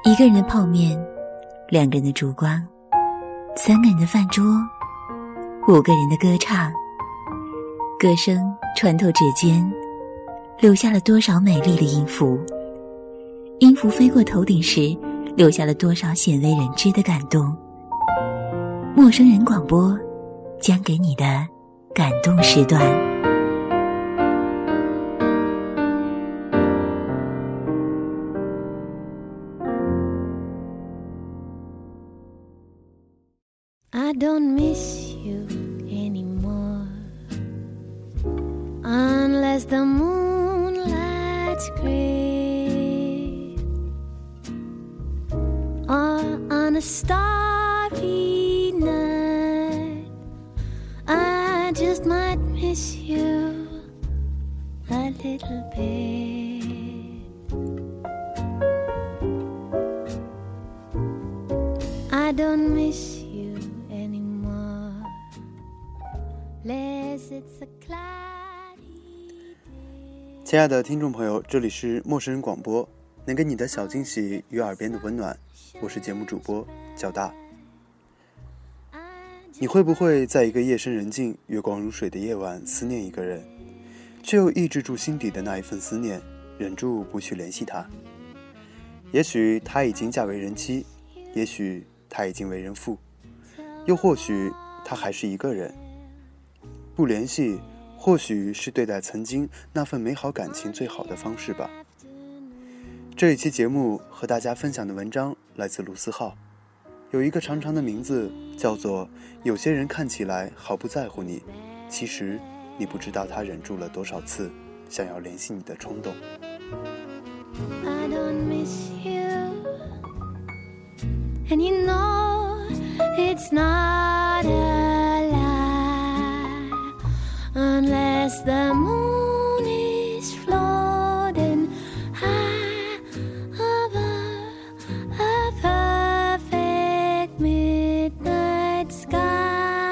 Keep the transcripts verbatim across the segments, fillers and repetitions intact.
一个人的泡面，两个人的烛光，三个人的饭桌，五个人的歌唱，歌声穿透指尖，留下了多少美丽的音符，音符飞过头顶时，留下了多少鲜为人知的感动。陌生人广播将给你的感动时段。 I don't miss you anymore, unless the moonlight's gray, or on a starry night. I just might miss you a little bit. I don't miss you It's a cloudy day. 亲爱的听众朋友，这里是陌生人广播，能给你的小惊喜与耳边的温暖，我是节目主播较大。你会不会在一个夜深人静月光如水的夜晚思念一个人，却又抑制住心底的那一份思念，忍住不去联系他？也许他已经嫁为人妻，也许他已经为人父，又或许他还是一个人。不联系或许是对待曾经那份美好感情最好的方式吧。这一期节目和大家分享的文章来自卢思浩，有一个长长的名字叫做有些人看起来毫不在乎你，其实你不知道他忍住了多少次想要联系你的冲动。 I don't miss you, and you know it's not a lie, unless the moon is floating high above a perfect midnight sky.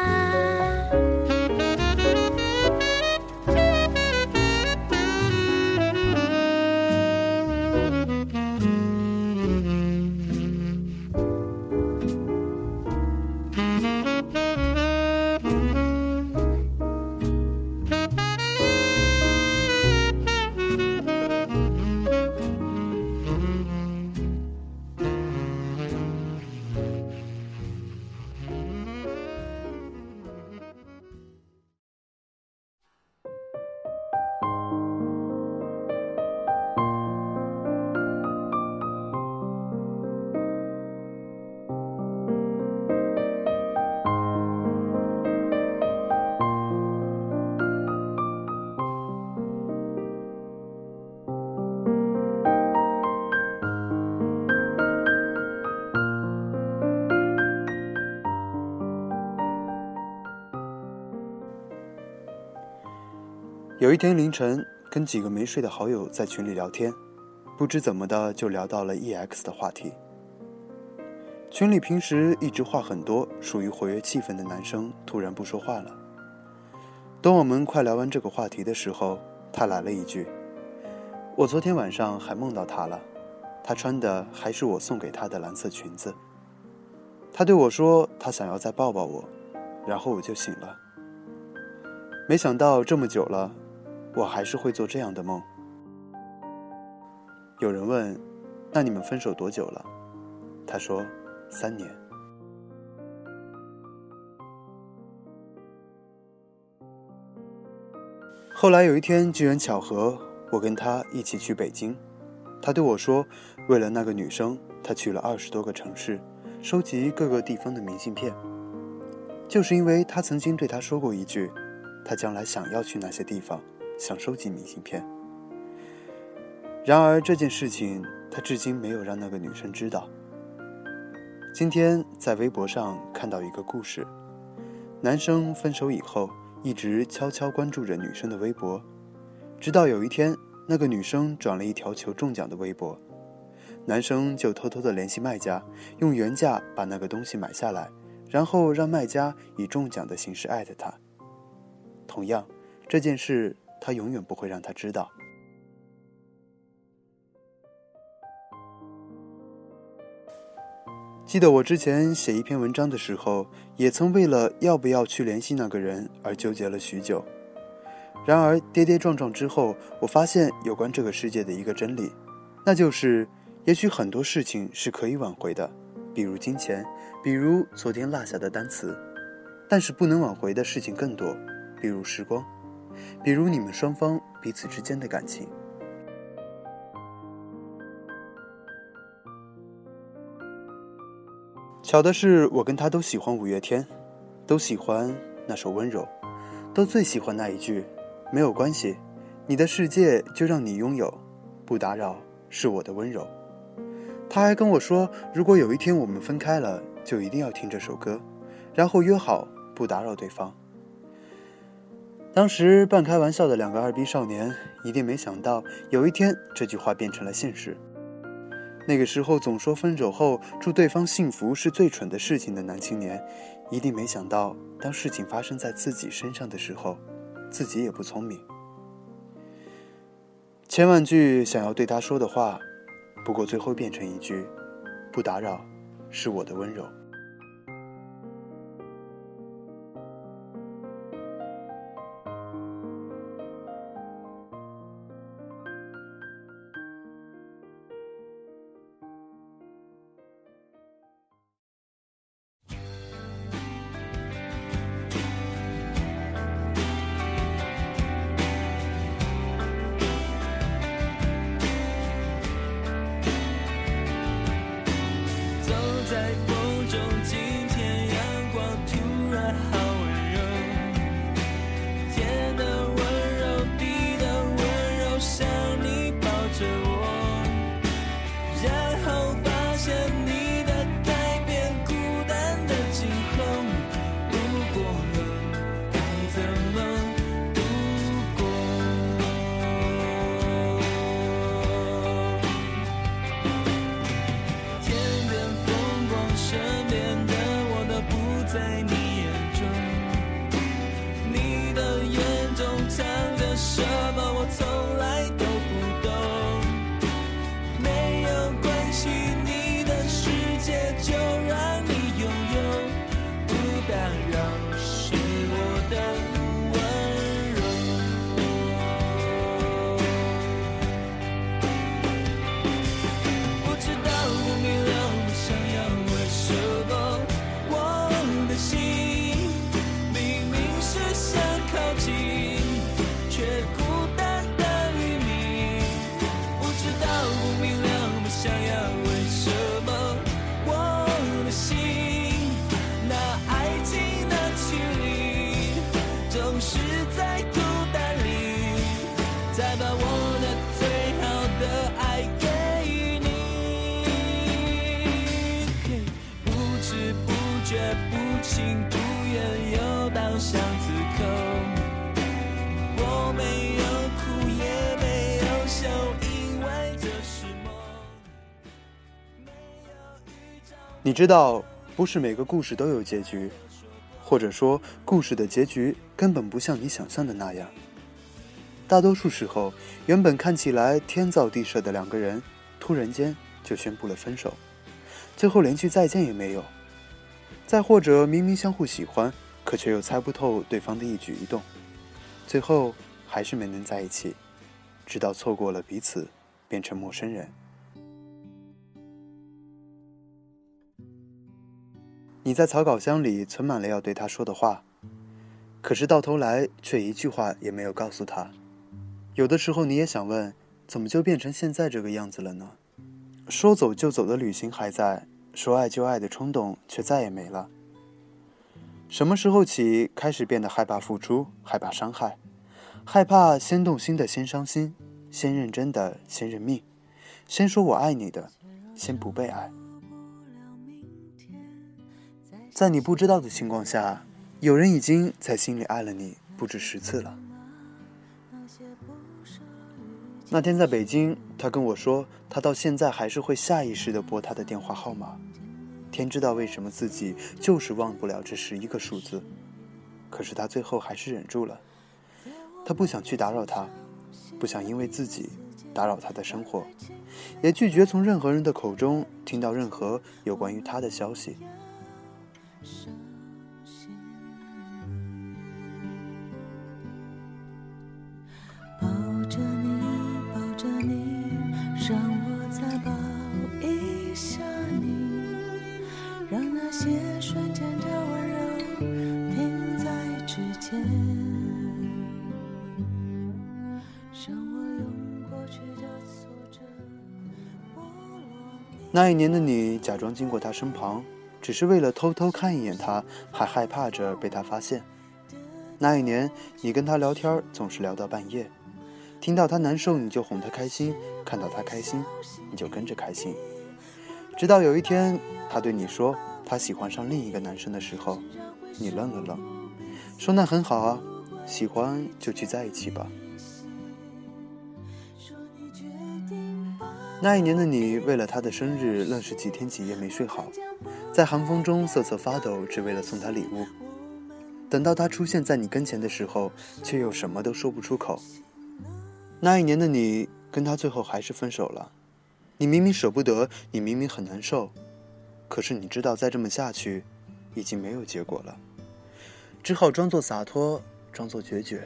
有一天凌晨，跟几个没睡的好友在群里聊天，不知怎么的就聊到了 E X 的话题。群里平时一直话很多，属于活跃气氛的男生突然不说话了。等我们快聊完这个话题的时候，他来了一句：我昨天晚上还梦到他了，他穿的还是我送给他的蓝色裙子。他对我说他想要再抱抱我，然后我就醒了。没想到这么久了，我还是会做这样的梦。有人问，那你们分手多久了？他说，三年。后来有一天机缘巧合，我跟他一起去北京。他对我说，为了那个女生，他去了二十多个城市，收集各个地方的明信片。就是因为他曾经对他说过一句，他将来想要去那些地方，想收集明信片。然而这件事情他至今没有让那个女生知道。今天在微博上看到一个故事，男生分手以后一直悄悄关注着女生的微博，直到有一天那个女生转了一条求中奖的微博，男生就偷偷地联系卖家，用原价把那个东西买下来，然后让卖家以中奖的形式艾特他。同样，这件事他永远不会让他知道。 记得我之前写一篇文章的时候，也曾为了要不要去联系那个人而纠结了许久。然而跌跌撞撞之后，我发现有关这个世界的一个真理，那就是也许很多事情是可以挽回的，比如金钱，比如昨天落下的单词，但是不能挽回的事情更多，比如时光，比如你们双方彼此之间的感情。巧的是，我跟他都喜欢五月天，都喜欢那首温柔，都最喜欢那一句没有关系，你的世界就让你拥有，不打扰是我的温柔。他还跟我说，如果有一天我们分开了，就一定要听这首歌，然后约好不打扰对方。当时半开玩笑的两个二逼少年，一定没想到有一天这句话变成了现实。那个时候总说分手后祝对方幸福是最蠢的事情的男青年，一定没想到当事情发生在自己身上的时候，自己也不聪明。千万句想要对他说的话，不过最后变成一句不打扰是我的温柔。你知道，不是每个故事都有结局，或者说故事的结局根本不像你想象的那样。大多数时候，原本看起来天造地设的两个人，突然间就宣布了分手，最后连句再见也没有。再或者明明相互喜欢，可却又猜不透对方的一举一动，最后还是没能在一起，直到错过了彼此，变成陌生人。你在草稿箱里存满了要对他说的话，可是到头来却一句话也没有告诉他。有的时候你也想问，怎么就变成现在这个样子了呢？说走就走的旅行还在，说爱就爱的冲动却再也没了。什么时候起开始变得害怕付出，害怕伤害，害怕先动心的先伤心，先认真的先认命，先说我爱你的先不被爱。在你不知道的情况下，有人已经在心里爱了你不止十次了。那天在北京，他跟我说，他到现在还是会下意识地拨他的电话号码。天知道为什么自己就是忘不了这十一个数字，可是他最后还是忍住了。他不想去打扰他，不想因为自己打扰他的生活， 也拒绝从任何人的口中听到任何有关于他的消息。 抱着你，抱着你，让我再抱一下你，让那些瞬间的温柔停在指尖，让我用过去的挫折剥落你。 那一年的你假装经过他身旁，只是为了偷偷看一眼他，还害怕着被他发现。那一年你跟他聊天总是聊到半夜，听到他难受你就哄他开心，看到他开心你就跟着开心。直到有一天他对你说他喜欢上另一个男生的时候，你愣了愣，说那很好啊，喜欢就去在一起吧。那一年的你为了他的生日愣是几天几夜没睡好，在寒风中瑟瑟发抖，只为了送他礼物。等到他出现在你跟前的时候，却又什么都说不出口。那一年的你跟他最后还是分手了，你明明舍不得，你明明很难受，可是你知道再这么下去已经没有结果了，只好装作洒脱，装作决绝。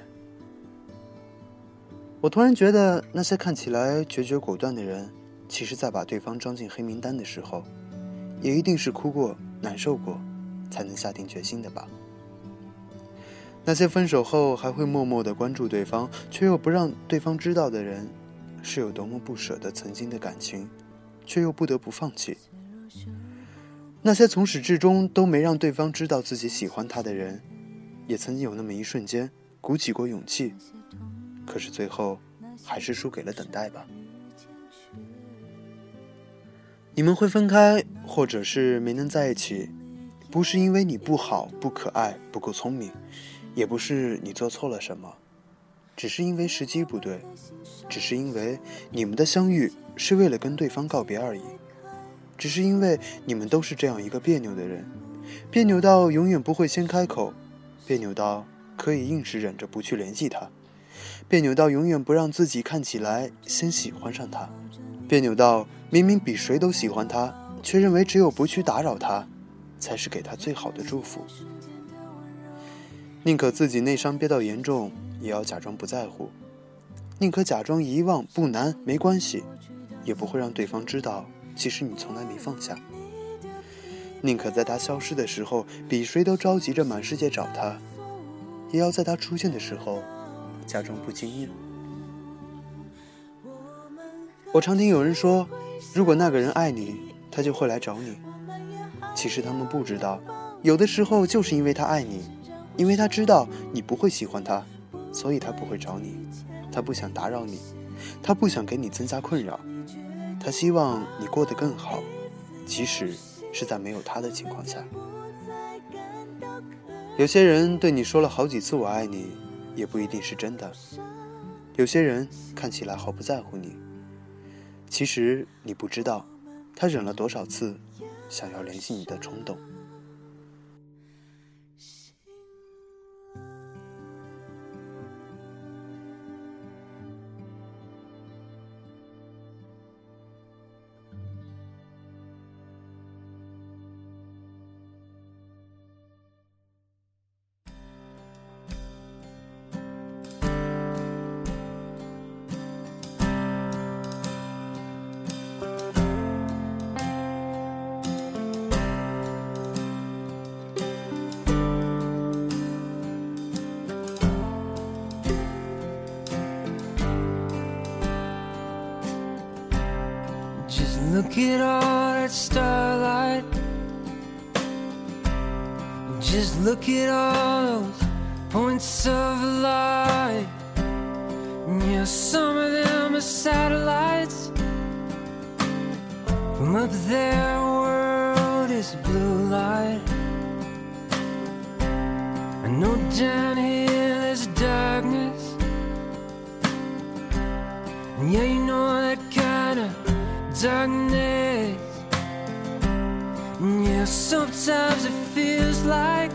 我突然觉得那些看起来决绝果断的人，其实在把对方装进黑名单的时候，也一定是哭过难受过才能下定决心的吧。那些分手后还会默默地关注对方，却又不让对方知道的人，是有多么不舍得曾经的感情，却又不得不放弃。那些从始至终都没让对方知道自己喜欢他的人，也曾经有那么一瞬间鼓起过勇气，可是最后还是输给了等待吧。你们会分开，或者是没能在一起，不是因为你不好、不可爱、不够聪明，也不是你做错了什么，只是因为时机不对，只是因为你们的相遇是为了跟对方告别而已，只是因为你们都是这样一个别扭的人，别扭到永远不会先开口，别扭到可以硬是忍着不去联系他，别扭到永远不让自己看起来先喜欢上他，别扭到明明比谁都喜欢他，却认为只有不去打扰他才是给他最好的祝福。宁可自己内伤憋到严重，也要假装不在乎，宁可假装遗忘不难没关系，也不会让对方知道其实你从来没放下。宁可在他消失的时候比谁都着急着满世界找他，也要在他出现的时候假装不经意。我常听有人说，如果那个人爱你，他就会来找你。其实他们不知道，有的时候就是因为他爱你，因为他知道你不会喜欢他，所以他不会找你，他不想打扰你，他不想给你增加困扰，他希望你过得更好，即使是在没有他的情况下。有些人对你说了好几次我爱你，也不一定是真的。有些人看起来毫不在乎你，其实你不知道他忍了多少次想要联系你的冲动。 Look at all that starlight. Just look at all those points of light. Yeah, some of them are satellites. From up there, world is blue light. I know down here there's darkness. Yeah, you know that kind of darkness. Yeah, sometimes it feels like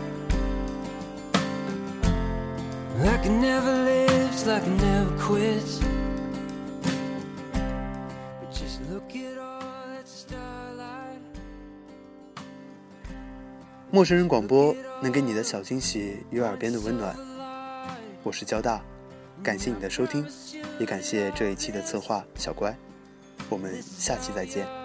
like it never lives, like it never quits. But just look 陌生人广播能给你的小惊喜与耳边的温暖。我是交大，感谢你的收听，也感谢这一期的策划小乖。我们下期再见。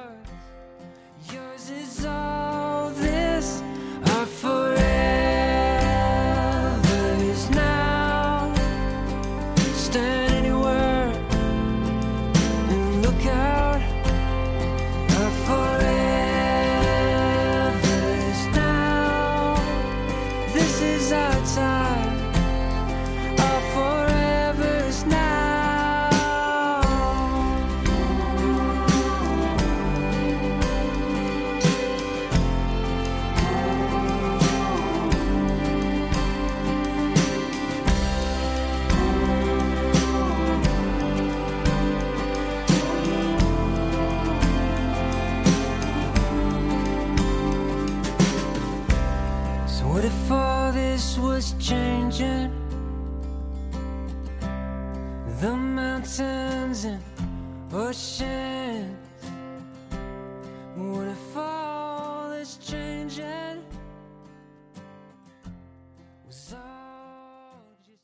What if all this was changing? The mountains and oceans. What if all this changing was all just...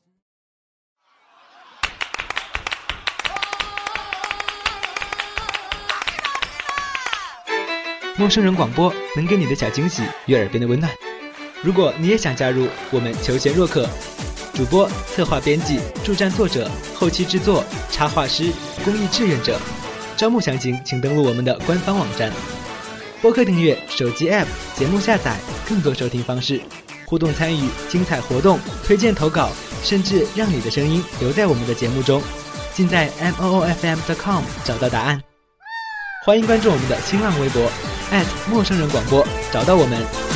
陌生人广播能给你的小惊喜与耳边的温暖。如果你也想加入，我们求贤若渴，主播、策划、编辑、助战作者、后期制作、插画师、公益志愿者，招募详情请登录我们的官方网站。播客订阅、手机 App、节目下载，更多收听方式，互动参与、精彩活动、推荐投稿，甚至让你的声音留在我们的节目中，尽在 M O O F M dot com 找到答案。欢迎关注我们的新浪微博 at 陌生人广播，找到我们。